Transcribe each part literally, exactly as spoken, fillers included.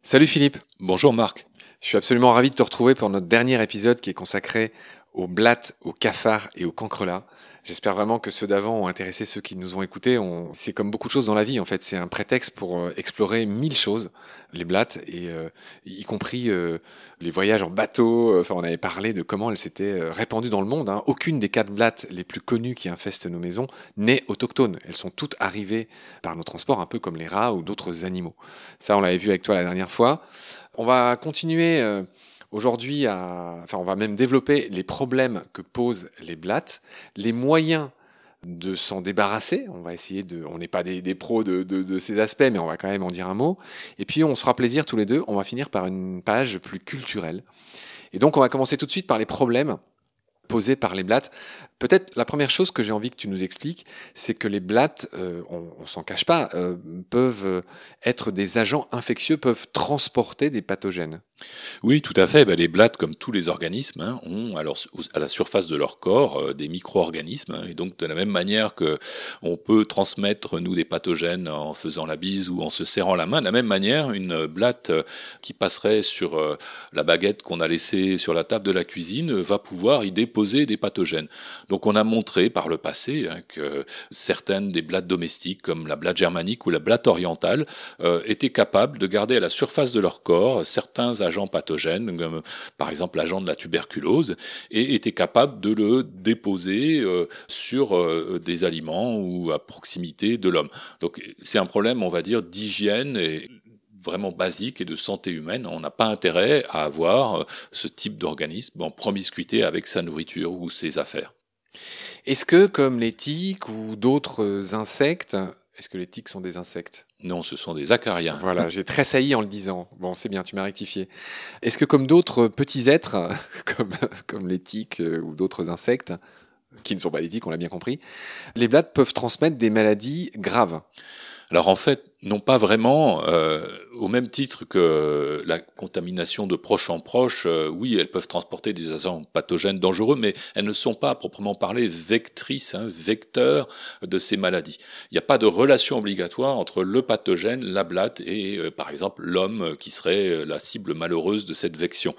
Salut Philippe, Bonjour Marc. je suis absolument ravi de te retrouver pour notre dernier épisode qui est consacré aux blattes, aux cafards et aux cancrelats. J'espère vraiment que ceux d'avant ont intéressé ceux qui nous ont écoutés. On... C'est comme beaucoup de choses dans la vie en fait, c'est un prétexte pour euh, explorer mille choses, les blattes, et euh, y compris euh, les voyages en bateau. Enfin, on avait parlé de comment elles s'étaient euh, répandues dans le monde, hein. Aucune des quatre blattes les plus connues qui infestent nos maisons n'est autochtone. Elles sont toutes arrivées par nos transports, un peu comme les rats ou d'autres animaux. Ça, on l'avait vu avec toi la dernière fois. On va continuer euh, aujourd'hui à... Enfin, on va même développer les problèmes que posent les blattes, les moyens de s'en débarrasser. On va essayer de... On n'est pas des, des pros de, de, de ces aspects, mais on va quand même en dire un mot. Et puis, on se fera plaisir tous les deux. On va finir par une page plus culturelle. Et donc, on va commencer tout de suite par les problèmes posés par les blattes. Peut-être la première chose que j'ai envie que tu nous expliques, c'est que les blattes, euh, on, on s'en cache pas, euh, peuvent être des agents infectieux, peuvent transporter des pathogènes. Oui, tout à fait. Ben, les blattes, comme tous les organismes, hein, ont à, leur- à la surface de leur corps euh, des micro-organismes. Hein, et donc, de la même manière que on peut transmettre, nous, des pathogènes en faisant la bise ou en se serrant la main, de la même manière, une blatte euh, qui passerait sur euh, la baguette qu'on a laissée sur la table de la cuisine euh, va pouvoir y déposer des pathogènes. Donc on a montré par le passé hein, que certaines des blattes domestiques, comme la blatte germanique ou la blatte orientale, euh, étaient capables de garder à la surface de leur corps certains agents pathogènes, comme par exemple l'agent de la tuberculose, et étaient capables de le déposer euh, sur euh, des aliments ou à proximité de l'homme. Donc c'est un problème, on va dire, d'hygiène et vraiment basique et de santé humaine. On n'a pas intérêt à avoir ce type d'organisme en promiscuité avec sa nourriture ou ses affaires. Est-ce que, comme les tiques ou d'autres insectes, est-ce que les tiques sont des insectes ? Non, ce sont des acariens. Voilà, j'ai tressailli en le disant. Bon, c'est bien, tu m'as rectifié. Est-ce que, comme d'autres petits êtres, comme, comme les tiques euh, ou d'autres insectes, qui ne sont pas des tiques, on l'a bien compris, les blattes peuvent transmettre des maladies graves ? Alors en fait, non pas vraiment, euh, au même titre que la contamination de proche en proche, euh, oui, elles peuvent transporter des agents pathogènes dangereux, mais elles ne sont pas à proprement parler vectrices, hein, vecteurs de ces maladies. Il n'y a pas de relation obligatoire entre le pathogène, la blatte et, euh, par exemple, l'homme qui serait la cible malheureuse de cette vection.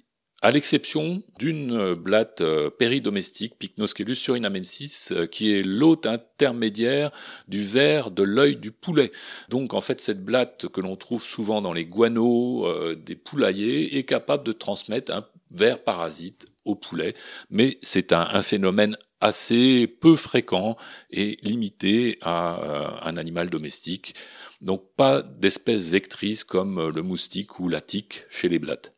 À l'exception d'une blatte euh, péridomestique, Pycnoschelus surinamensis, euh, qui est l'hôte intermédiaire du ver de l'œil du poulet. Donc en fait, cette blatte que l'on trouve souvent dans les guano euh, des poulaillers est capable de transmettre un ver parasite au poulet, mais c'est un, un phénomène assez peu fréquent et limité à euh, un animal domestique. Donc pas d'espèce vectrice comme le moustique ou la tique chez les blattes.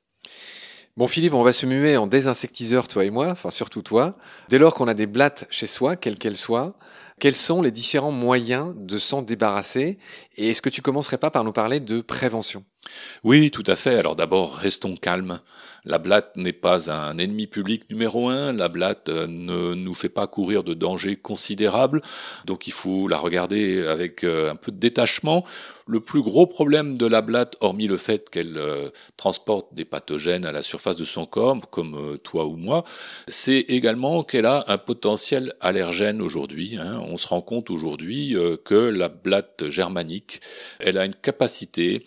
Bon Philippe, on va se muer en désinsectiseur, toi et moi, enfin surtout toi. Dès lors qu'on a des blattes chez soi, quelles qu'elles soient, quels sont les différents moyens de s'en débarrasser ? Et est-ce que tu commencerais pas par nous parler de prévention ? Oui, tout à fait. Alors d'abord, restons calmes. La blatte n'est pas un ennemi public numéro un. La blatte euh, ne nous fait pas courir de dangers considérables. Donc il faut la regarder avec euh, un peu de détachement. Le plus gros problème de la blatte, hormis le fait qu'elle euh, transporte des pathogènes à la surface de son corps, comme euh, toi ou moi, c'est également qu'elle a un potentiel allergène aujourd'hui. Hein. On se rend compte aujourd'hui euh, que la blatte germanique, elle a une capacité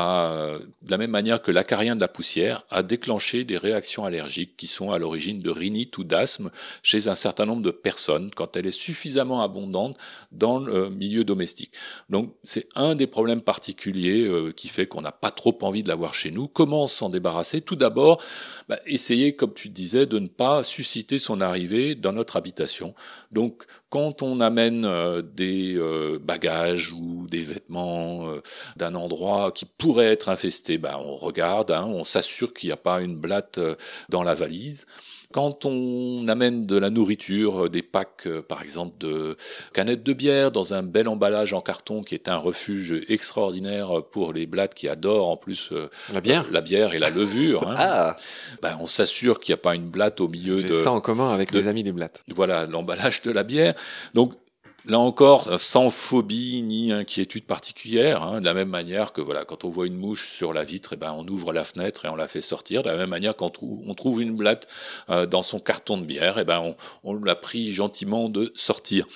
à, de la même manière que l'acarien de la poussière, à déclencher des réactions allergiques qui sont à l'origine de rhinite ou d'asthme chez un certain nombre de personnes quand elle est suffisamment abondante dans le milieu domestique. Donc c'est un des problèmes particuliers euh, qui fait qu'on n'a pas trop envie de l'avoir chez nous. Comment s'en débarrasser ? Tout d'abord, bah, essayer, comme tu disais, de ne pas susciter son arrivée dans notre habitation. Donc quand on amène euh, des euh, bagages ou des vêtements euh, d'un endroit qui pourrait être infesté, ben on regarde, hein, on s'assure qu'il n'y a pas une blatte euh, dans la valise. Quand on amène de la nourriture, des packs, euh, par exemple, de canettes de bière dans un bel emballage en carton qui est un refuge extraordinaire pour les blattes qui adorent en plus euh, La bière ? la bière et la levure, hein, Ah, ben on s'assure qu'il n'y a pas une blatte au milieu j'ai de ça en commun avec de- mes amis les blattes. voilà l'emballage de la bière. Donc là encore, sans phobie ni inquiétude particulière, hein, de la même manière que voilà, quand on voit une mouche sur la vitre, eh ben on ouvre la fenêtre et on la fait sortir. De la même manière, quand on trouve une blatte euh, dans son carton de bière, eh ben on, on l'a prie gentiment de sortir.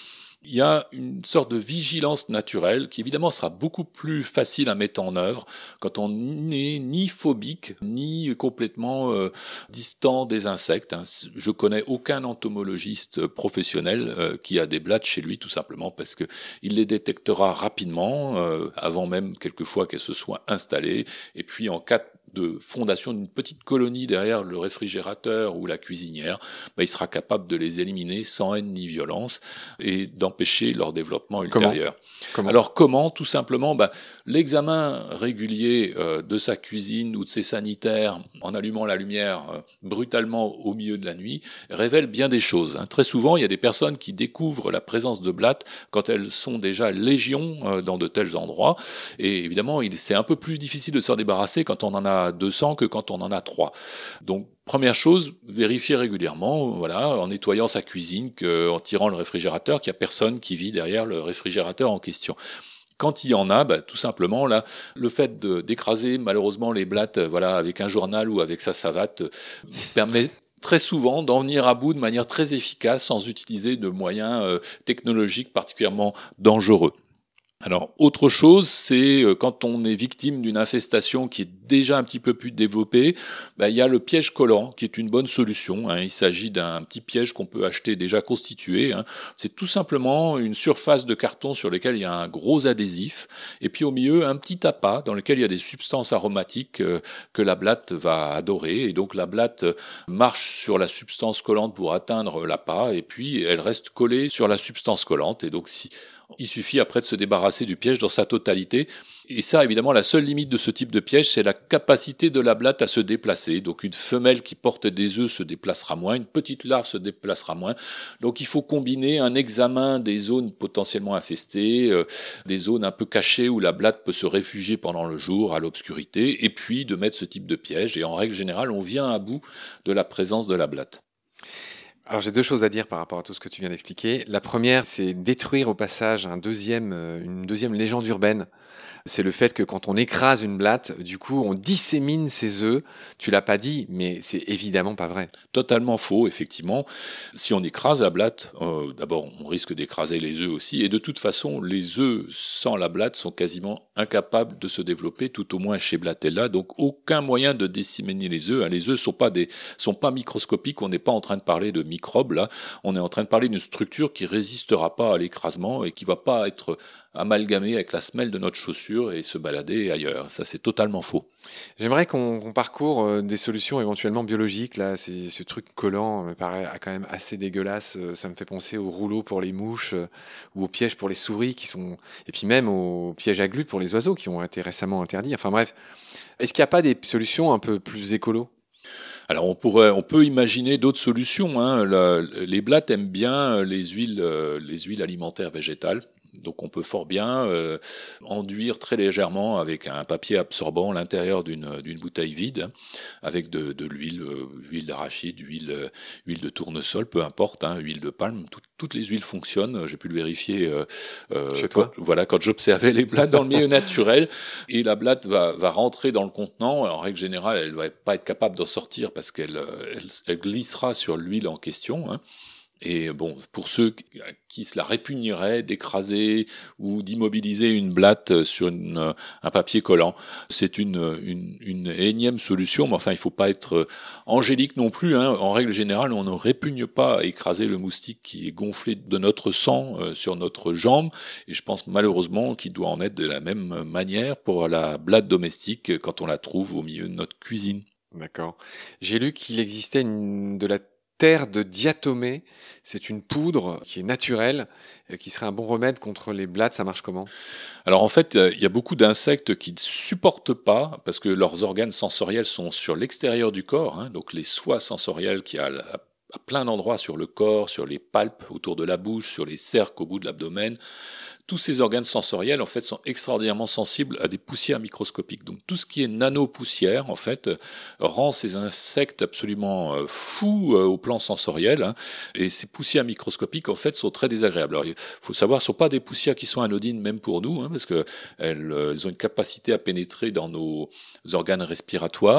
il y a une sorte de vigilance naturelle qui évidemment sera beaucoup plus facile à mettre en œuvre quand on n'est ni phobique ni complètement euh, distant des insectes. Hein. Je connais aucun entomologiste professionnel euh, qui a des blattes chez lui, tout simplement parce que il les détectera rapidement, euh, avant même quelquefois qu'elles se soient installées, et puis en cas de fondation d'une petite colonie derrière le réfrigérateur ou la cuisinière, bah, il sera capable de les éliminer sans haine ni violence et d'empêcher leur développement ultérieur. Comment comment Alors comment? Tout simplement, bah, l'examen régulier euh, de sa cuisine ou de ses sanitaires en allumant la lumière euh, brutalement au milieu de la nuit révèle bien des choses. Hein. Très souvent, il y a des personnes qui découvrent la présence de blattes quand elles sont déjà légion euh, dans de tels endroits. Et évidemment, il, c'est un peu plus difficile de s'en débarrasser quand on en a deux cents que quand on en a trois. Donc, première chose, vérifier régulièrement, voilà, en nettoyant sa cuisine, que, en tirant le réfrigérateur, qu'il n'y a personne qui vit derrière le réfrigérateur en question. Quand il y en a, bah, tout simplement, là, le fait de, d'écraser malheureusement les blattes, voilà, avec un journal ou avec sa savate, euh, permet très souvent d'en venir à bout de manière très efficace sans utiliser de moyens euh, technologiques particulièrement dangereux. Alors, autre chose, c'est euh, quand on est victime d'une infestation qui est déjà un petit peu plus développée, bah, il y a le piège collant qui est une bonne solution. Hein. Il s'agit d'un petit piège qu'on peut acheter déjà constitué. Hein. C'est tout simplement une surface de carton sur laquelle il y a un gros adhésif, et puis au milieu un petit appât dans lequel il y a des substances aromatiques euh, que la blatte va adorer. Et donc la blatte marche sur la substance collante pour atteindre l'appât, et puis elle reste collée sur la substance collante. Et donc si il suffit après de se débarrasser du piège dans sa totalité. Et ça, évidemment, la seule limite de ce type de piège, c'est la capacité de la blatte à se déplacer. Donc une femelle qui porte des œufs se déplacera moins, une petite larve se déplacera moins. Donc il faut combiner un examen des zones potentiellement infestées, euh, des zones un peu cachées où la blatte peut se réfugier pendant le jour, à l'obscurité, et puis de mettre ce type de piège. Et en règle générale, on vient à bout de la présence de la blatte. Alors j'ai deux choses à dire par rapport à tout ce que tu viens d'expliquer. La première, c'est détruire au passage un deuxième, euh, une deuxième légende urbaine. C'est le fait que quand on écrase une blatte, du coup, on dissémine ses œufs. Tu l'as pas dit, mais c'est évidemment pas vrai. Totalement faux, effectivement. Si on écrase la blatte, euh, d'abord, on risque d'écraser les œufs aussi. Et de toute façon, les œufs sans la blatte sont quasiment incapables de se développer, tout au moins chez Blattella. Donc, aucun moyen de disséminer les œufs. Les œufs sont pas des, sont pas microscopiques. On n'est pas en train de parler de microbes, là. On est en train de parler d'une structure qui résistera pas à l'écrasement et qui va pas être amalgamé avec la semelle de notre chaussure et se balader ailleurs. Ça, c'est totalement faux. J'aimerais qu'on, qu'on parcourt euh, des solutions éventuellement biologiques. Là, c'est, ce truc collant me paraît quand même assez dégueulasse. Ça me fait penser aux rouleaux pour les mouches euh, ou aux pièges pour les souris qui sont, et puis même aux pièges à glues pour les oiseaux qui ont été récemment interdits. Enfin bref, est-ce qu'il n'y a pas des solutions un peu plus écolo ? Alors on pourrait, on peut imaginer d'autres solutions. Hein. La, les blattes aiment bien les huiles, euh, les huiles alimentaires végétales. Donc on peut fort bien euh, enduire très légèrement avec un papier absorbant l'intérieur d'une d'une bouteille vide, avec de, de l'huile, euh, huile d'arachide, huile, euh, huile de tournesol, peu importe, hein, huile de palme, tout, toutes les huiles fonctionnent. J'ai pu le vérifier euh, euh, chez toi. Quand, voilà, quand j'observais les blattes dans le milieu naturel. Et la blatte va, va rentrer dans le contenant. En règle générale, elle va pas être capable d'en sortir parce qu'elle elle, elle glissera sur l'huile en question. Hein. Et bon, pour ceux qui se la répugneraient d'écraser ou d'immobiliser une blatte sur une, un papier collant, c'est une, une, une énième solution. Mais enfin, il faut pas être angélique non plus. Hein. En règle générale, on ne répugne pas à écraser le moustique qui est gonflé de notre sang euh, sur notre jambe. Et je pense malheureusement qu'il doit en être de la même manière pour la blatte domestique quand on la trouve au milieu de notre cuisine. D'accord. J'ai lu qu'il existait une, de la terre de diatomée, c'est une poudre qui est naturelle, qui serait un bon remède contre les blattes. Ça marche comment ? Alors en fait, il y a beaucoup d'insectes qui ne supportent pas, parce que leurs organes sensoriels sont sur l'extérieur du corps, hein, donc les soies sensorielles qu'il y a à plein d'endroits sur le corps, sur les palpes, autour de la bouche, sur les cerques au bout de l'abdomen. Tous ces organes sensoriels, en fait, sont extraordinairement sensibles à des poussières microscopiques. Donc, tout ce qui est nano-poussière, en fait, rend ces insectes absolument euh, fous euh, au plan sensoriel. Hein, et ces poussières microscopiques, en fait, sont très désagréables. Alors, il faut savoir, ce ne sont pas des poussières qui sont anodines, même pour nous, hein, parce que elles, elles ont une capacité à pénétrer dans nos organes respiratoires.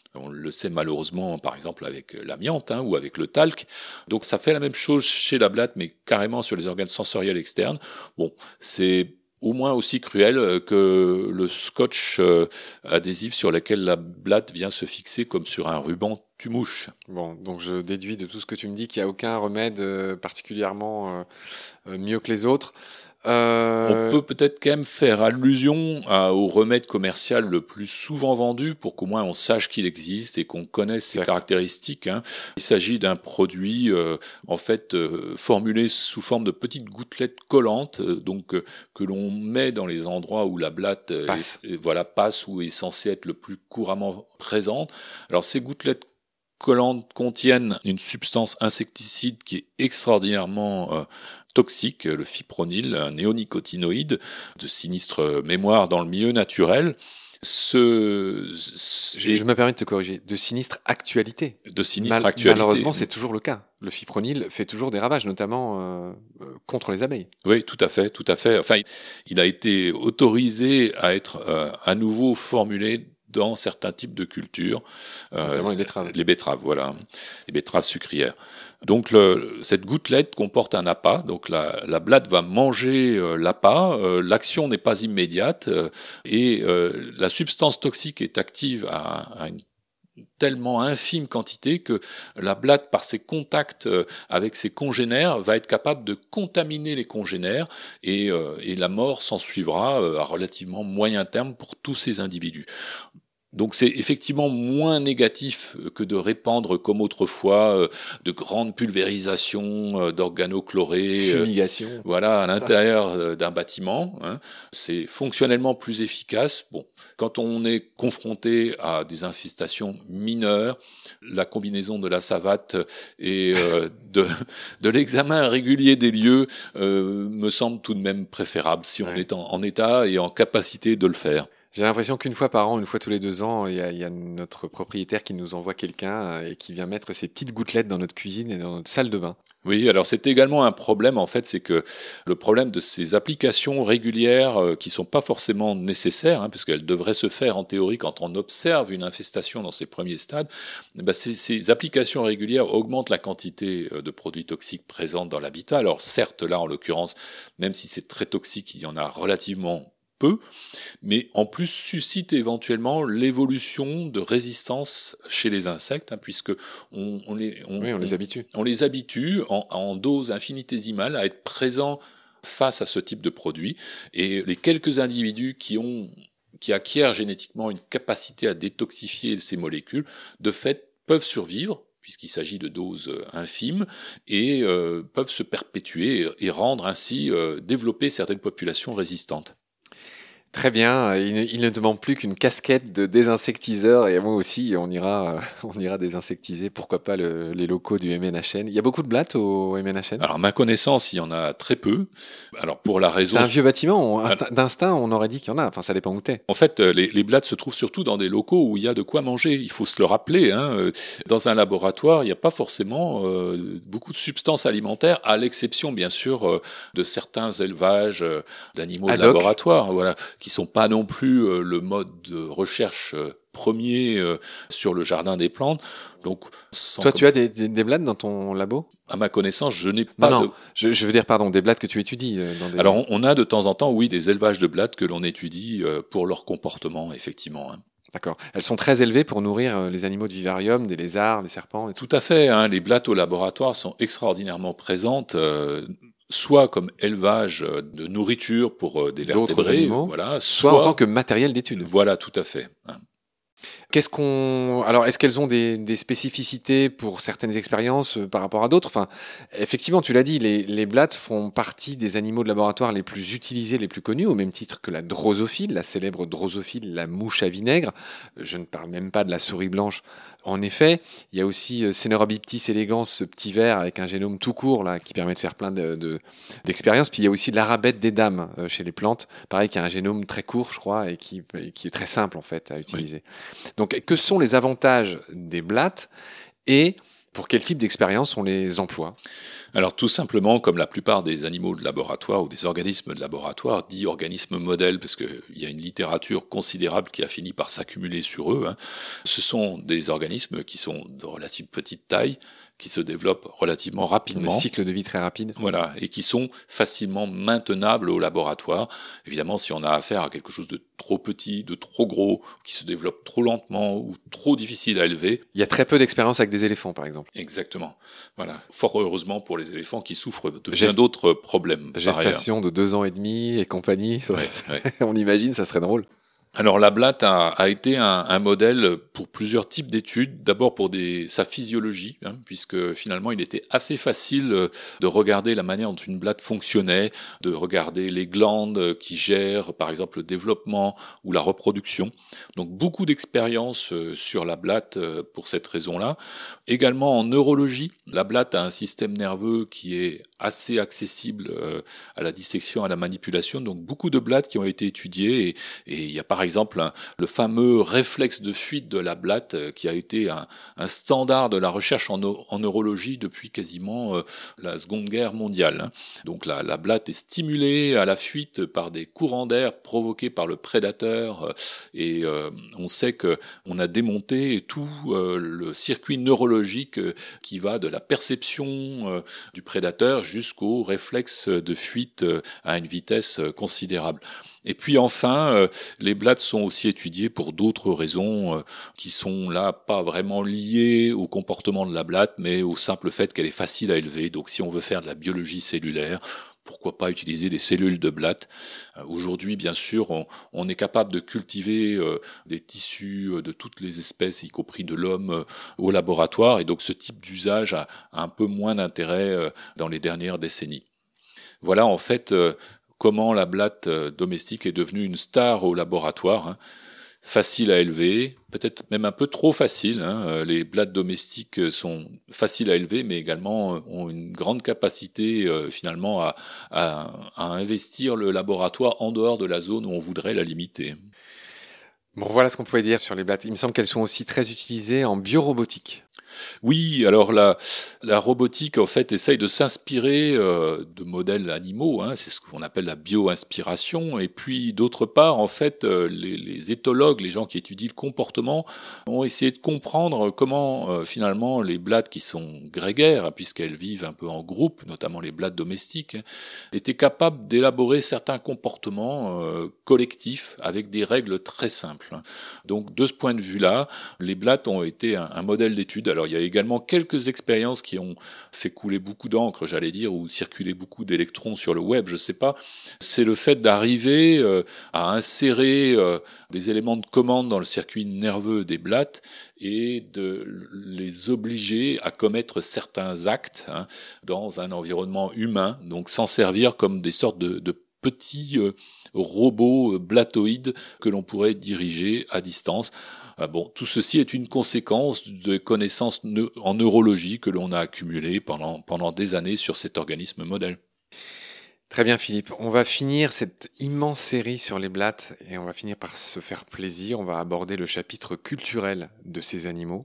On le sait malheureusement, par exemple, avec l'amiante hein, ou avec le talc. Donc ça fait la même chose chez la blatte, mais carrément sur les organes sensoriels externes. Bon, c'est au moins aussi cruel que le scotch euh, adhésif sur lequel la blatte vient se fixer comme sur un ruban tue-mouche. Bon, donc je déduis de tout ce que tu me dis qu'il n'y a aucun remède euh, particulièrement euh, mieux que les autres. Euh... On peut peut-être quand même faire allusion à, au remède commercial le plus souvent vendu pour qu'au moins on sache qu'il existe et qu'on connaisse ses caractéristiques. Hein. Il s'agit d'un produit euh, en fait euh, formulé sous forme de petites gouttelettes collantes, euh, donc euh, que l'on met dans les endroits où la blatte euh, passe. Est, voilà, passe ou est censée être le plus couramment présente. Alors ces gouttelettes collantes contiennent une substance insecticide qui est extraordinairement euh, toxique, le fipronil, un néonicotinoïde de sinistre mémoire dans le milieu naturel. Ce, je, je me permets de te corriger, de sinistre actualité. De sinistre Mal, actualité. Malheureusement, c'est toujours le cas. Le fipronil fait toujours des ravages, notamment euh, contre les abeilles. Oui, tout à fait, tout à fait. Enfin, il a été autorisé à être euh, à nouveau formulé dans certains types de cultures. Notamment euh, les betteraves. Les betteraves, voilà. Les betteraves sucrières. Donc le, cette gouttelette comporte un appât, donc la, la blatte va manger euh, l'appât, euh, l'action n'est pas immédiate euh, et euh, la substance toxique est active à, à une tellement infime quantité que la blatte, par ses contacts euh, avec ses congénères, va être capable de contaminer les congénères et, euh, et la mort s'en suivra euh, à relativement moyen terme pour tous ces individus. Donc c'est effectivement moins négatif que de répandre comme autrefois euh, de grandes pulvérisations euh, d'organochlorés, fumigation, euh, voilà, à l'intérieur euh, d'un bâtiment. Hein. C'est fonctionnellement plus efficace. Bon, quand on est confronté à des infestations mineures, la combinaison de la savate et euh, de, de l'examen régulier des lieux euh, me semble tout de même préférable si on ouais. est en, en état et en capacité de le faire. J'ai l'impression qu'une fois par an, une fois tous les deux ans, il y a, il y a notre propriétaire qui nous envoie quelqu'un et qui vient mettre ses petites gouttelettes dans notre cuisine et dans notre salle de bain. Oui, alors c'est également un problème en fait, c'est que le problème de ces applications régulières euh, qui sont pas forcément nécessaires, hein, puisqu'elles devraient se faire en théorie quand on observe une infestation dans ses premiers stades, ben ces, ces applications régulières augmentent la quantité de produits toxiques présents dans l'habitat. Alors certes, là en l'occurrence, même si c'est très toxique, il y en a relativement peu, mais en plus suscite éventuellement l'évolution de résistance chez les insectes, hein, puisque on, on, les, on, oui, on les habitue, on les habitue en, en dose infinitésimale à être présents face à ce type de produit, et les quelques individus qui ont qui acquièrent génétiquement une capacité à détoxifier ces molécules, de fait peuvent survivre, puisqu'il s'agit de doses infimes, et euh, peuvent se perpétuer et rendre ainsi euh, développer certaines populations résistantes. Très bien, il ne, il ne te manque plus qu'une casquette de désinsectiseur et moi aussi, on ira, on ira désinsectiser, pourquoi pas le, les locaux du M N H N. Il y a beaucoup de blattes au M N H N ? Alors, à ma connaissance, il y en a très peu. Alors, pour la raison... C'est un vieux bâtiment, on, insta, d'instinct, on aurait dit qu'il y en a, enfin ça dépend où t'es. En fait, les, les blattes se trouvent surtout dans des locaux où il y a de quoi manger, il faut se le rappeler. Hein. Dans un laboratoire, il n'y a pas forcément euh, beaucoup de substances alimentaires, à l'exception, bien sûr, euh, de certains élevages euh, d'animaux de laboratoire, voilà, qui sont pas non plus euh, le mode de recherche euh, premier euh, sur le jardin des plantes. Donc, toi, tu as des, des, des blattes dans ton labo ? À ma connaissance, je n'ai pas. Non, non. De... Je, je veux dire, pardon, des blattes que tu étudies. Euh, dans des... Alors, on, on a de temps en temps, oui, des élevages de blattes que l'on étudie euh, pour leur comportement, effectivement. Hein. D'accord. Elles sont très élevées pour nourrir les animaux de vivarium, des lézards, des serpents. Et tout. tout à fait. Hein. Les blattes au laboratoire sont extraordinairement présentes. Euh, soit comme élevage de nourriture pour des vertébrés, animaux, voilà, soit, soit en tant que matériel d'étude. Voilà, tout à fait. Hein. Qu'est-ce qu'on alors est-ce qu'elles ont des, des spécificités pour certaines expériences euh, par rapport à d'autres ? Enfin, effectivement, tu l'as dit, les, les blattes font partie des animaux de laboratoire les plus utilisés, les plus connus, au même titre que la drosophile, la célèbre drosophile, la mouche à vinaigre. Je ne parle même pas de la souris blanche. En effet, il y a aussi euh, Caenorhabiptis elegans, ce petit ver avec un génome tout court là qui permet de faire plein de, de d'expériences. Puis il y a aussi l'arabette des dames euh, chez les plantes, pareil qui a un génome très court, je crois, et qui et qui est très simple en fait à utiliser. Oui. Donc, que sont les avantages des blattes et Pour quel type d'expérience on les emploie ? Alors tout simplement, comme la plupart des animaux de laboratoire ou des organismes de laboratoire, dits organismes modèles, parce qu'il y a une littérature considérable qui a fini par s'accumuler sur eux, hein, ce sont des organismes qui sont de relative petite taille, qui se développent relativement rapidement. Un cycle de vie très rapide. Voilà, et qui sont facilement maintenables au laboratoire. Évidemment, si on a affaire à quelque chose de trop petit, de trop gros, qui se développe trop lentement ou trop difficile à élever. Il y a très peu d'expérience avec des éléphants, par exemple. Exactement. Voilà. Fort heureusement pour les éléphants qui souffrent de bien Gest... d'autres problèmes. Gestation de deux ans et demi et compagnie. Ouais, ouais. On imagine, ça serait drôle. Alors la blatte a, a été un, un modèle pour plusieurs types d'études. D'abord pour des, sa physiologie, hein, puisque finalement il était assez facile de regarder la manière dont une blatte fonctionnait, de regarder les glandes qui gèrent par exemple le développement ou la reproduction. Donc beaucoup d'expériences sur la blatte pour cette raison-là. Également en neurologie, la blatte a un système nerveux qui est assez accessible à la dissection, à la manipulation. Donc beaucoup de blattes qui ont été étudiées et, et il y a par exemple un, le fameux réflexe de fuite de la blatte euh, qui a été un, un standard de la recherche en, no, en neurologie depuis quasiment euh, la Seconde Guerre mondiale. Hein. Donc la, la blatte est stimulée à la fuite par des courants d'air provoqués par le prédateur euh, et euh, on sait que on a démonté tout euh, le circuit neurologique euh, qui va de la perception euh, du prédateur jusqu'au réflexe de fuite euh, à une vitesse euh, considérable. Et puis enfin, euh, les blattes sont aussi étudiées pour d'autres raisons euh, qui sont là pas vraiment liées au comportement de la blatte, mais au simple fait qu'elle est facile à élever. Donc si on veut faire de la biologie cellulaire, pourquoi pas utiliser des cellules de blatte ? euh, Aujourd'hui, bien sûr, on, on est capable de cultiver euh, des tissus euh, de toutes les espèces, y compris de l'homme, euh, au laboratoire. Et donc ce type d'usage a, a un peu moins d'intérêt euh, dans les dernières décennies. Voilà en fait... Euh, comment la blatte domestique est devenue une star au laboratoire, hein. Facile à élever, peut-être même un peu trop facile. Hein. Les blattes domestiques sont faciles à élever, mais également ont une grande capacité euh, finalement à, à, à investir le laboratoire en dehors de la zone où on voudrait la limiter. Bon, voilà ce qu'on pouvait dire sur les blattes. Il me semble qu'elles sont aussi très utilisées en biorobotique. Oui, alors la, la robotique en fait essaye de s'inspirer euh, de modèles animaux, hein, c'est ce qu'on appelle la bio-inspiration, et puis d'autre part en fait euh, les, les éthologues, les gens qui étudient le comportement, ont essayé de comprendre comment euh, finalement les blattes qui sont grégaires, hein, puisqu'elles vivent un peu en groupe, notamment les blattes domestiques, hein, étaient capables d'élaborer certains comportements euh, collectifs avec des règles très simples. Hein. Donc de ce point de vue-là, les blattes ont été un, un modèle d'étude. Alors il y a également quelques expériences qui ont fait couler beaucoup d'encre, j'allais dire, ou circuler beaucoup d'électrons sur le web, je sais pas. C'est le fait d'arriver euh, à insérer euh, des éléments de commande dans le circuit nerveux des blattes et de les obliger à commettre certains actes hein, dans un environnement humain, donc s'en servir comme des sortes de, de petits euh, robots euh, blattoïdes que l'on pourrait diriger à distance. Bon, tout ceci est une conséquence de connaissances en neurologie que l'on a accumulées pendant, pendant des années sur cet organisme modèle. Très bien Philippe, on va finir cette immense série sur les blattes et on va finir par se faire plaisir. On va aborder le chapitre culturel de ces animaux.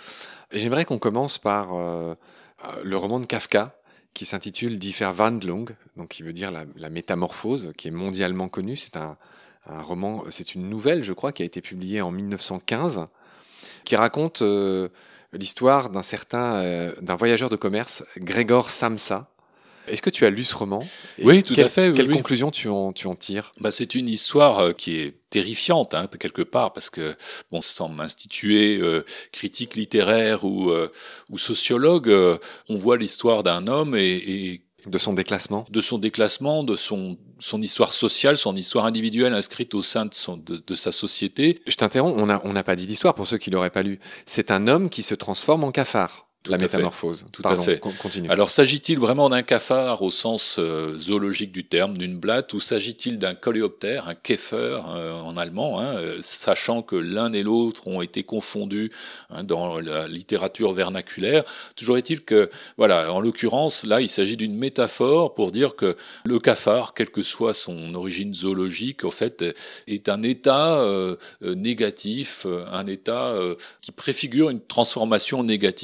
Et j'aimerais qu'on commence par euh, le roman de Kafka qui s'intitule Die Verwandlung, donc qui veut dire la, la métamorphose, qui est mondialement connue. C'est un un roman, c'est une nouvelle, je crois, qui a été publiée en mille neuf cent quinze, qui raconte euh, l'histoire d'un certain, euh, d'un voyageur de commerce, Gregor Samsa. Est-ce que tu as lu ce roman ? Et Oui, tout quelle, à fait. Oui, quelle oui. conclusion tu en, tu en tires ? Bah, c'est une histoire qui est terrifiante, hein, quelque part, parce que, bon, sans m'instituer euh, critique littéraire ou, euh, ou sociologue, euh, on voit l'histoire d'un homme et, et de son déclassement, de son déclassement, de son son histoire sociale, son histoire individuelle inscrite au sein de, son, de, de sa société. Je t'interromps, on n'a on n'a pas dit l'histoire pour ceux qui l'auraient pas lu. C'est un homme qui se transforme en cafard. Tout la à métamorphose. Fait. Tout Pardon, à fait. Continue. Alors, s'agit-il vraiment d'un cafard au sens euh, zoologique du terme, d'une blatte, ou s'agit-il d'un coléoptère, un Käfer euh, en allemand, hein, euh, sachant que l'un et l'autre ont été confondus hein, dans la littérature vernaculaire. Toujours est-il que, voilà, en l'occurrence, là, il s'agit d'une métaphore pour dire que le cafard, quelle que soit son origine zoologique, en fait, est un état euh, négatif, un état euh, qui préfigure une transformation négative de ce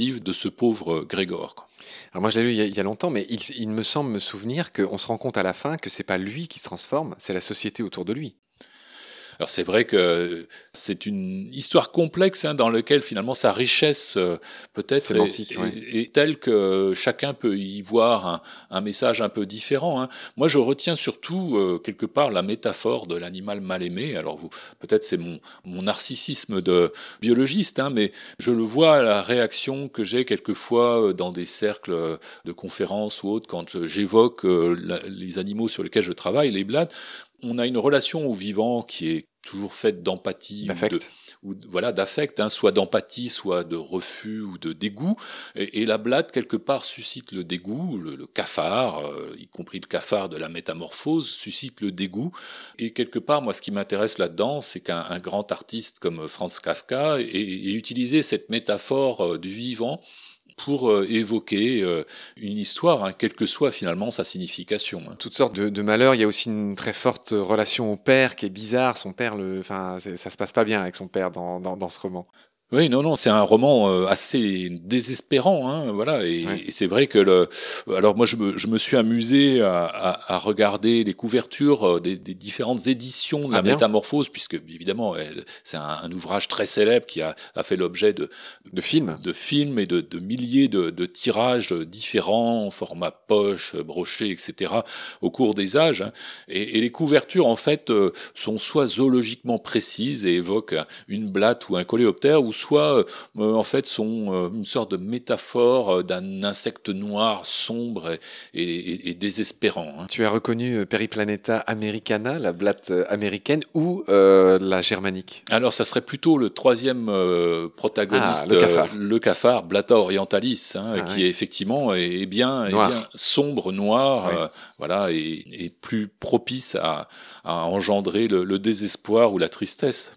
ce pauvre Grégor, quoi. Alors moi je l'ai lu il y a, il y a longtemps, mais il, il me semble me souvenir qu'on se rend compte à la fin que c'est pas lui qui se transforme, c'est la société autour de lui. Alors c'est vrai que c'est une histoire complexe hein, dans laquelle finalement sa richesse euh, peut-être est, ouais. est, est telle que chacun peut y voir un, un message un peu différent. Hein. Moi je retiens surtout euh, quelque part la métaphore de l'animal mal aimé. Alors vous, peut-être c'est mon, mon narcissisme de biologiste, hein, mais je le vois à la réaction que j'ai quelquefois dans des cercles de conférences ou autres quand j'évoque euh, la, les animaux sur lesquels je travaille, les blattes. On a une relation au vivant qui est toujours faite d'empathie d'affect. ou, de, ou voilà d'affect, hein, soit d'empathie, soit de refus ou de dégoût. Et, et la blatte quelque part suscite le dégoût, le, le cafard, euh, y compris le cafard de la métamorphose, suscite le dégoût. Et quelque part, moi, ce qui m'intéresse là-dedans, c'est qu'un un grand artiste comme Franz Kafka ait, ait utilisé cette métaphore euh, du vivant pour euh, évoquer euh, une histoire, hein, quelle que soit finalement sa signification. Hein. Toutes sortes de, de malheurs. Il y a aussi une très forte relation au père qui est bizarre. Son père, le, enfin, ça se passe pas bien avec son père dans, dans, dans ce roman. Oui, non, non, c'est un roman euh, assez désespérant, hein, voilà. Et, ouais. et c'est vrai que le. Alors moi, je me, je me suis amusé à, à, à regarder les couvertures des, des différentes éditions de la ah, Métamorphose, puisque évidemment, elle, c'est un, un ouvrage très célèbre qui a, a fait l'objet de de films, de films et de, de milliers de, de tirages différents, format poche, brochet, et cetera, au cours des âges. Hein. Et, et les couvertures, en fait, euh, sont soit zoologiquement précises et évoquent une blatte ou un coléoptère, ou soit euh, en fait sont euh, une sorte de métaphore euh, d'un insecte noir sombre et, et, et désespérant. Hein. Tu as reconnu Periplaneta americana, la blatte américaine, ou euh, la germanique? Alors ça serait plutôt le troisième euh, protagoniste, ah, le cafard, euh, le cafard, Blatta orientalis, hein, ah, qui ouais. est effectivement est, est bien, est bien sombre, noir, ouais. euh, voilà, et, et plus propice à, à engendrer le, le désespoir ou la tristesse.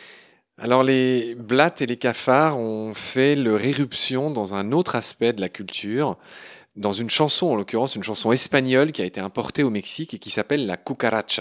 Alors les blattes et les cafards ont fait leur irruption dans un autre aspect de la culture, dans une chanson, en l'occurrence une chanson espagnole qui a été importée au Mexique et qui s'appelle la cucaracha.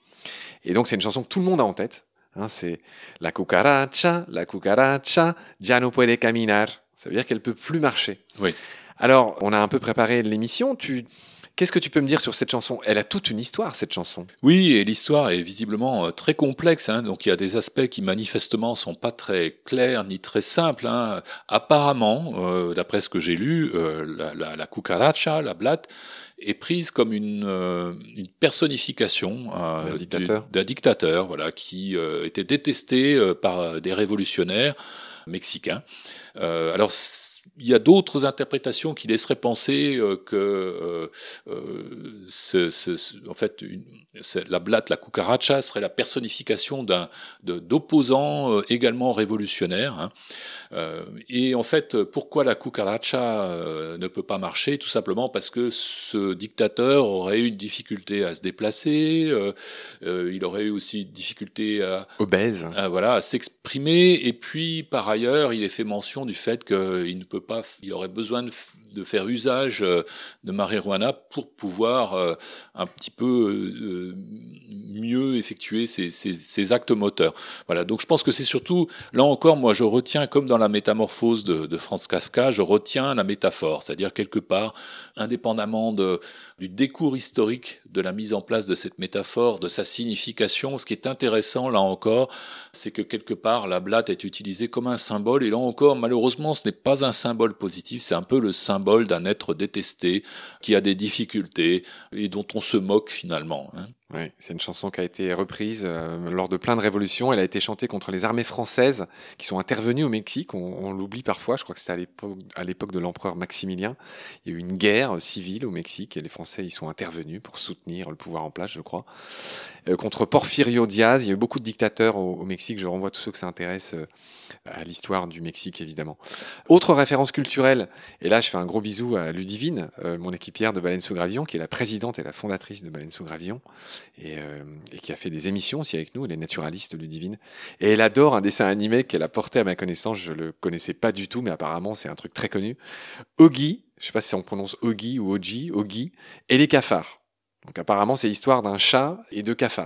Et donc c'est une chanson que tout le monde a en tête. Hein, c'est la cucaracha, la cucaracha, ya no puede caminar. Ça veut dire qu'elle peut plus marcher. Oui. Alors on a un peu préparé l'émission. Tu Qu'est-ce que tu peux me dire sur cette chanson? Elle a toute une histoire, cette chanson. Oui, et l'histoire est visiblement euh, très complexe. Hein, donc il y a des aspects qui manifestement sont pas très clairs ni très simples. Hein. Apparemment, euh, d'après ce que j'ai lu, euh, la, la, la cucaracha, la blatte, est prise comme une, euh, une personnification euh, d'un dictateur, du, d'un dictateur, voilà, qui euh, était détesté euh, par des révolutionnaires mexicains. Euh, alors il y a d'autres interprétations qui laisseraient penser euh, que euh, euh, ce, ce, ce, en fait une, la blatte, la cucaracha serait la personnification d'un de, d'opposants euh, également révolutionnaires. Hein. Euh, et en fait, pourquoi la cucaracha euh, ne peut pas marcher? Tout simplement parce que ce dictateur aurait eu une difficulté à se déplacer, euh, euh, il aurait eu aussi une difficulté à obèse, à, voilà, à s'exprimer. Et puis par ailleurs, il est fait mention du fait qu'il ne peut pas, il aurait besoin de, de faire usage de marijuana pour pouvoir euh, un petit peu euh, mieux effectuer ses, ses, ses actes moteurs. Voilà. Donc je pense que c'est surtout, là encore, moi je retiens, comme dans la Métamorphose de, de Franz Kafka, je retiens la métaphore, c'est-à-dire quelque part, indépendamment de, du décours historique de la mise en place de cette métaphore, de sa signification, ce qui est intéressant là encore, c'est que quelque part la blatte est utilisée comme un symbole, et là encore, malheureusement, ce n'est pas un symbole positif, c'est un peu le symbole d'un être détesté, qui a des difficultés, et dont on se moque finalement. Hein. Oui, c'est une chanson qui a été reprise euh, lors de plein de révolutions. Elle a été chantée contre les armées françaises qui sont intervenues au Mexique. On, on l'oublie parfois. Je crois que c'était à l'époque, à l'époque de l'empereur Maximilien. Il y a eu une guerre civile au Mexique et les Français y sont intervenus pour soutenir le pouvoir en place, je crois. Euh, contre Porfirio Diaz, il y a eu beaucoup de dictateurs au, au Mexique. Je renvoie tous ceux que ça intéresse euh, à l'histoire du Mexique, évidemment. Autre référence culturelle, et là je fais un gros bisou à Ludivine, euh, mon équipière de Baleine sous Gravillon, qui est la présidente et la fondatrice de Baleine sous Gravillon. Et, euh, et qui a fait des émissions aussi avec nous, elle est naturaliste, Ludivine. Et elle adore un dessin animé qu'elle a porté à ma connaissance, je le connaissais pas du tout, mais apparemment c'est un truc très connu. Oggy, je sais pas si on prononce Oggy ou Oggy, Oggy, et les cafards. Donc apparemment c'est l'histoire d'un chat et de cafards.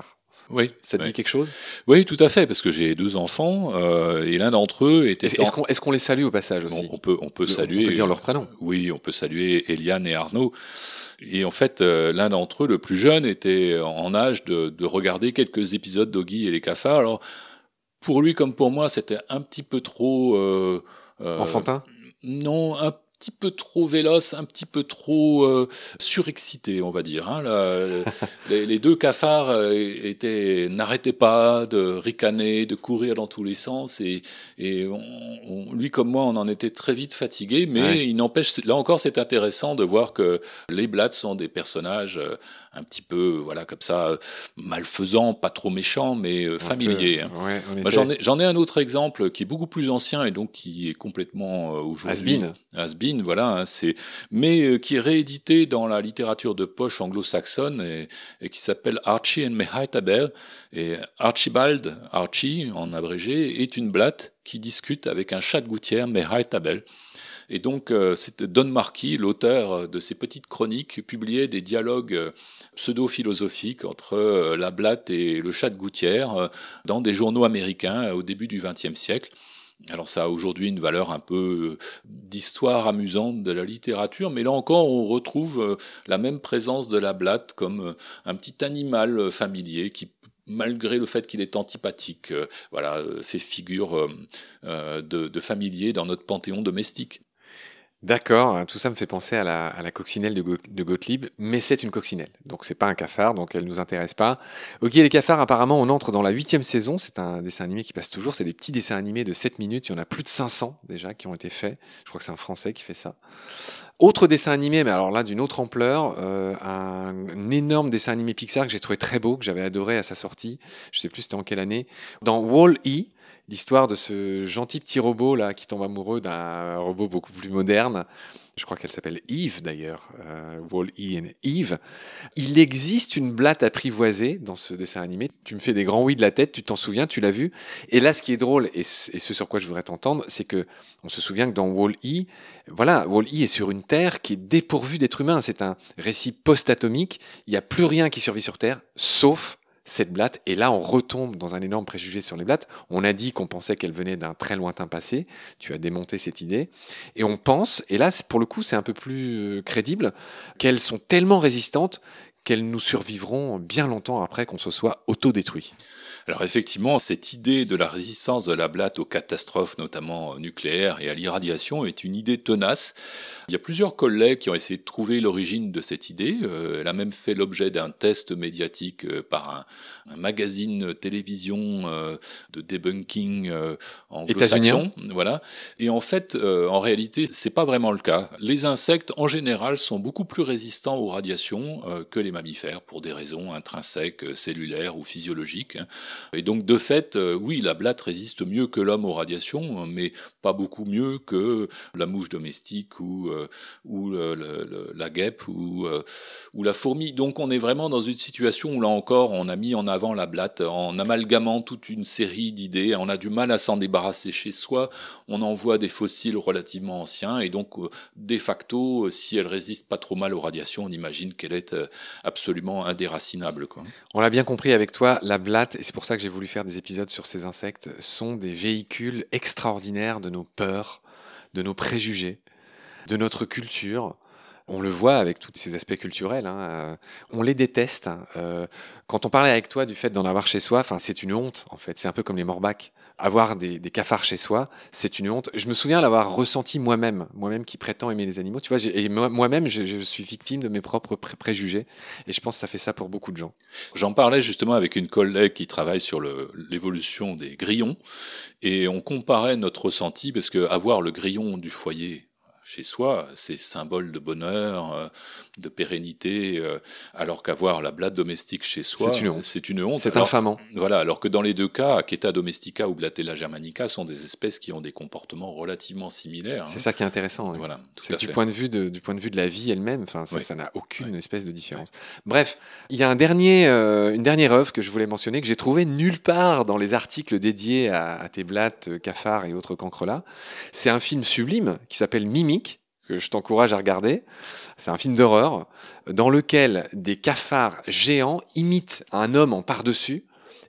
Oui. Ça te oui. dit quelque chose? Oui, tout à fait, parce que j'ai deux enfants euh, et l'un d'entre eux était. Est-ce, est-ce qu'on, est-ce qu'on les salue au passage aussi? On, on peut, on peut Le, saluer. On peut dire leur prénom. Euh, oui, on peut saluer Eliane et Arnaud. Et en fait, euh, l'un d'entre eux, le plus jeune, était en âge de, de regarder quelques épisodes d'Oggy et les cafards. Alors, pour lui comme pour moi, c'était un petit peu trop. Euh, euh, Enfantin? Non, un petit peu trop véloce, un petit peu trop euh, surexcité, on va dire. Hein. La, les, les deux cafards euh, étaient, n'arrêtaient pas de ricaner, de courir dans tous les sens, et, et on, on, lui comme moi, on en était très vite fatigué. Mais ouais. Il n'empêche, là encore, c'est intéressant de voir que les Blatz sont des personnages euh, un petit peu, voilà, comme ça, malfaisants, pas trop méchants, mais euh, familiers. Hein. Ouais, Moi, j'en ai, j'en ai un autre exemple qui est beaucoup plus ancien et donc qui est complètement euh, aujourd'hui. Has-been. Has-been, voilà, hein, c'est, mais euh, qui est réédité dans la littérature de poche anglo-saxonne et, et qui s'appelle Archie and Mehatabel. Et Archibald, Archie en abrégé, est une blatte qui discute avec un chat de gouttière, Mehatabel. Et donc, euh, c'est Don Marquis, l'auteur de ces petites chroniques, publiait des dialogues euh, pseudo-philosophiques entre euh, la blatte et le chat de gouttière euh, dans des journaux américains euh, au début du vingtième siècle. Alors ça a aujourd'hui une valeur un peu d'histoire amusante de la littérature, mais là encore on retrouve la même présence de la blatte comme un petit animal familier qui, malgré le fait qu'il est antipathique, euh, voilà, fait figure euh, de, de familier dans notre panthéon domestique. D'accord, tout ça me fait penser à la, à la coccinelle de, Go, de Gottlieb, mais c'est une coccinelle, donc c'est pas un cafard, donc elle nous intéresse pas. Ok, les cafards, apparemment, on entre dans la huitième saison, c'est un dessin animé qui passe toujours, c'est des petits dessins animés de sept minutes, il y en a plus de cinq cents déjà qui ont été faits, je crois que c'est un Français qui fait ça. Autre dessin animé, mais alors là d'une autre ampleur, euh, un, un énorme dessin animé Pixar que j'ai trouvé très beau, que j'avais adoré à sa sortie, je sais plus c'était en quelle année, dans Wall-E, l'histoire de ce gentil petit robot là qui tombe amoureux d'un robot beaucoup plus moderne. Je crois qu'elle s'appelle Eve d'ailleurs, euh, Wall-E and Eve. Il existe une blatte apprivoisée dans ce dessin animé. Tu me fais des grands oui de la tête, tu t'en souviens, tu l'as vu. Et là, ce qui est drôle, et ce sur quoi je voudrais t'entendre, c'est que on se souvient que dans Wall-E, voilà, Wall-E est sur une Terre qui est dépourvue d'êtres humains. C'est un récit post-atomique. Il n'y a plus rien qui survit sur Terre, sauf cette blatte, et là on retombe dans un énorme préjugé sur les blattes. On a dit qu'on pensait qu'elle venait d'un très lointain passé, tu as démonté cette idée, et on pense, et là pour le coup c'est un peu plus crédible, qu'elles sont tellement résistantes qu'elles nous survivront bien longtemps après qu'on se soit auto-détruit. Alors effectivement, cette idée de la résistance de la blatte aux catastrophes, notamment nucléaires et à l'irradiation, est une idée tenace. Il y a plusieurs collègues qui ont essayé de trouver l'origine de cette idée. Euh, elle a même fait l'objet d'un test médiatique euh, par un, un magazine télévision euh, de debunking euh, anglo-saxon. Voilà. Et en fait, euh, en réalité, c'est pas vraiment le cas. Les insectes, en général, sont beaucoup plus résistants aux radiations euh, que les mammifères, pour des raisons intrinsèques, cellulaires ou physiologiques. Et donc, de fait, euh, oui, la blatte résiste mieux que l'homme aux radiations, mais pas beaucoup mieux que la mouche domestique ou, euh, ou le, le, la guêpe ou, euh, ou la fourmi. Donc, on est vraiment dans une situation où, là encore, on a mis en avant la blatte en amalgamant toute une série d'idées. On a du mal à s'en débarrasser chez soi. On en voit des fossiles relativement anciens. Et donc, euh, de facto, si elle résiste pas trop mal aux radiations, on imagine qu'elle est euh, absolument indéracinable, quoi. On l'a bien compris avec toi, la blatte, et c'est pour ça que j'ai voulu faire des épisodes sur ces insectes, sont des véhicules extraordinaires de nos peurs, de nos préjugés, de notre culture. On le voit avec tous ces aspects culturels, hein. Euh, on les déteste. Euh, quand on parlait avec toi du fait d'en avoir chez soi, enfin, c'est une honte, en fait. C'est un peu comme les morbacs. Avoir des, des cafards chez soi, c'est une honte. Je me souviens l'avoir ressenti moi-même, moi-même qui prétends aimer les animaux. Tu vois, j'ai, et moi-même, je, je suis victime de mes propres pré- préjugés. Et je pense que ça fait ça pour beaucoup de gens. J'en parlais justement avec une collègue qui travaille sur le, l'évolution des grillons. Et on comparait notre ressenti, parce que avoir le grillon du foyer chez soi, c'est symbole de bonheur, euh, de pérennité, euh, alors qu'avoir la blatte domestique chez soi, c'est une honte. C'est, une honte. C'est alors, infamant. Voilà, alors que dans les deux cas, Aketa domestica ou Blatella germanica sont des espèces qui ont des comportements relativement similaires. C'est hein. ça qui est intéressant. Oui. Voilà, tout c'est à du fait. point de vue de, du point de vue de la vie elle-même. Enfin, ça, oui. ça n'a aucune oui. espèce de différence. Oui. Bref, il y a un dernier, euh, une dernière œuvre que je voulais mentionner que j'ai trouvé nulle part dans les articles dédiés à, à tes blattes, cafards et autres cancrelats. C'est un film sublime qui s'appelle Mimic, que je t'encourage à regarder. C'est un film d'horreur dans lequel des cafards géants imitent un homme en par-dessus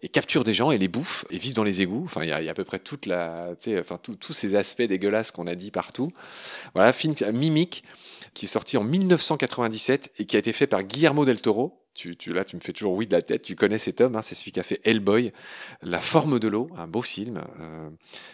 et capturent des gens et les bouffent et vivent dans les égouts. Enfin, il y a, y a à peu près toute la, tu sais, enfin, tous ces aspects dégueulasses qu'on a dit partout. Voilà, film Mimic, qui est sorti en mille neuf cent quatre-vingt-dix-sept et qui a été fait par Guillermo del Toro. Tu, tu, là, tu me fais toujours oui de la tête. Tu connais cet homme, hein, c'est celui qui a fait Hellboy, La Forme de l'eau, un beau film, euh,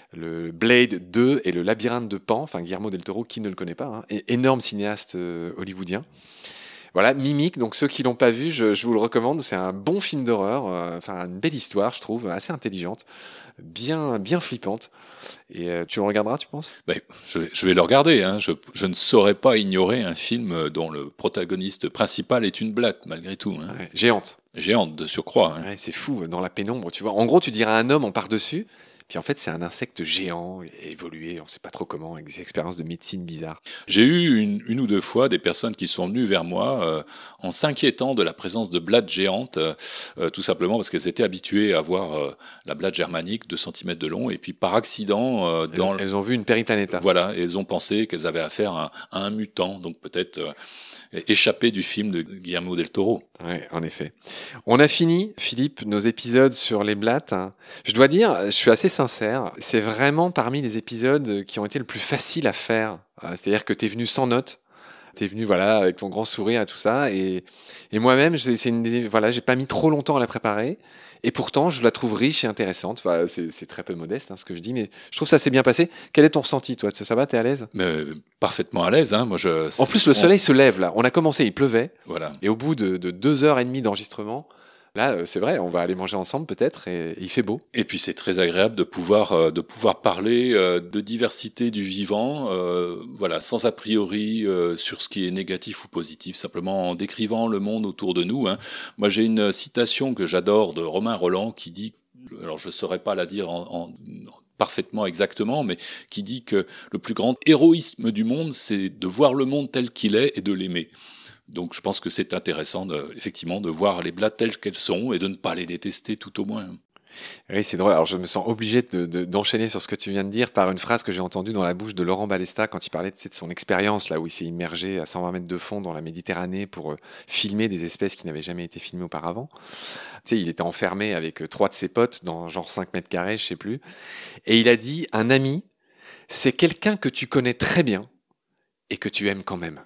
le Blade deux et le Labyrinthe de Pan. Enfin, Guillermo del Toro, qui ne le connaît pas, hein, et énorme cinéaste euh, hollywoodien. Voilà, Mimic, donc ceux qui l'ont pas vu, je, je vous le recommande. C'est un bon film d'horreur, euh, enfin une belle histoire, je trouve, assez intelligente, bien, bien flippante. Et euh, tu le regarderas, tu penses ? Ben, je, vais, je vais le regarder. Hein. Je, je ne saurais pas ignorer un film dont le protagoniste principal est une blatte, malgré tout. Hein. Ouais, géante. Géante, de surcroît. Hein. Ouais, c'est fou, dans la pénombre, tu vois. En gros, tu dirais un homme en par-dessus. Puis en fait, c'est un insecte géant, évolué, on ne sait pas trop comment, avec des expériences de médecine bizarres. J'ai eu une, une ou deux fois des personnes qui sont venues vers moi euh, en s'inquiétant de la présence de blattes géantes, euh, tout simplement parce qu'elles étaient habituées à voir euh, la blatte germanique, deux centimètres de long, et puis par accident... Euh, dans elles, elles ont vu une Periplaneta. Voilà, et elles ont pensé qu'elles avaient affaire à, à un mutant, donc peut-être... Euh, échappé du film de Guillermo del Toro. Ouais, en effet. On a fini, Philippe, nos épisodes sur les blattes. Je dois dire, je suis assez sincère, c'est vraiment parmi les épisodes qui ont été le plus facile à faire. C'est-à-dire que t'es venu sans notes, t'es venu voilà avec ton grand sourire et tout ça, et, et moi-même, c'est une, voilà, j'ai pas mis trop longtemps à la préparer. Et pourtant, je la trouve riche et intéressante. Enfin, c'est, c'est très peu modeste, hein, ce que je dis, mais je trouve que ça s'est bien passé. Quel est ton ressenti, toi ? Ça, ça va ? T'es à l'aise ? Mais, euh, Parfaitement à l'aise. Hein. Moi, je. En plus, le soleil on... se lève là. On a commencé, il pleuvait. Voilà. Et au bout de, de deux heures et demie d'enregistrement, là, c'est vrai, on va aller manger ensemble peut-être, et, et il fait beau. Et puis c'est très agréable de pouvoir euh, de pouvoir parler euh, de diversité du vivant, euh, voilà, sans a priori euh, sur ce qui est négatif ou positif, simplement en décrivant le monde autour de nous. Hein. Moi, j'ai une citation que j'adore de Romain Rolland qui dit, alors je saurais pas la dire en, en parfaitement exactement, mais qui dit que le plus grand héroïsme du monde, c'est de voir le monde tel qu'il est et de l'aimer. Donc je pense que c'est intéressant, de, effectivement, de voir les blattes telles qu'elles sont et de ne pas les détester tout au moins. Oui, c'est drôle. Alors je me sens obligé de, de, d'enchaîner sur ce que tu viens de dire par une phrase que j'ai entendue dans la bouche de Laurent Balesta quand il parlait de, de son expérience, là où il s'est immergé à cent vingt mètres de fond dans la Méditerranée pour euh, filmer des espèces qui n'avaient jamais été filmées auparavant. Tu sais, il était enfermé avec euh, trois de ses potes dans genre cinq mètres carrés, je sais plus. Et il a dit, un ami, c'est quelqu'un que tu connais très bien et que tu aimes quand même.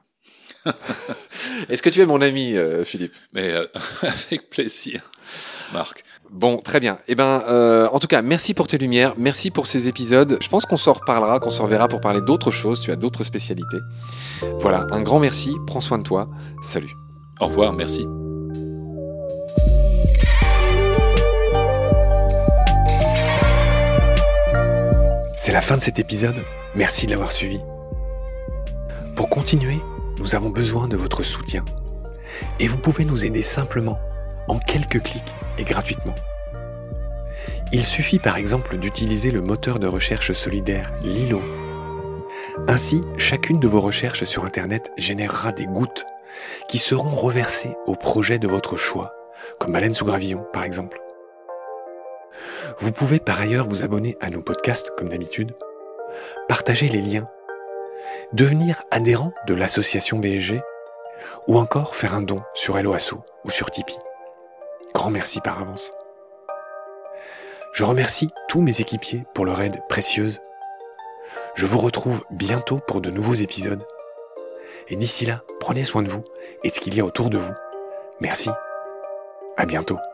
Est-ce que tu es mon ami, euh, Philippe ? Mais euh, avec plaisir, Marc. Bon, très bien. Eh ben, euh, en tout cas, merci pour tes lumières, merci pour ces épisodes. Je pense qu'on s'en reparlera, qu'on s'en reverra pour parler d'autres choses. Tu as d'autres spécialités. Voilà, un grand merci. Prends soin de toi. Salut. Au revoir, merci. C'est la fin de cet épisode. Merci de l'avoir suivi. Pour continuer, nous avons besoin de votre soutien. Et vous pouvez nous aider simplement, en quelques clics et gratuitement. Il suffit par exemple d'utiliser le moteur de recherche solidaire Lilo. Ainsi, chacune de vos recherches sur Internet générera des gouttes qui seront reversées au projet de votre choix, comme Baleine sous gravillon par exemple. Vous pouvez par ailleurs vous abonner à nos podcasts comme d'habitude, partager les liens, devenir adhérent de l'association B S G ou encore faire un don sur Hello Asso ou sur Tipeee. Grand merci par avance. Je remercie tous mes équipiers pour leur aide précieuse. Je vous retrouve bientôt pour de nouveaux épisodes. Et d'ici là, prenez soin de vous et de ce qu'il y a autour de vous. Merci. À bientôt.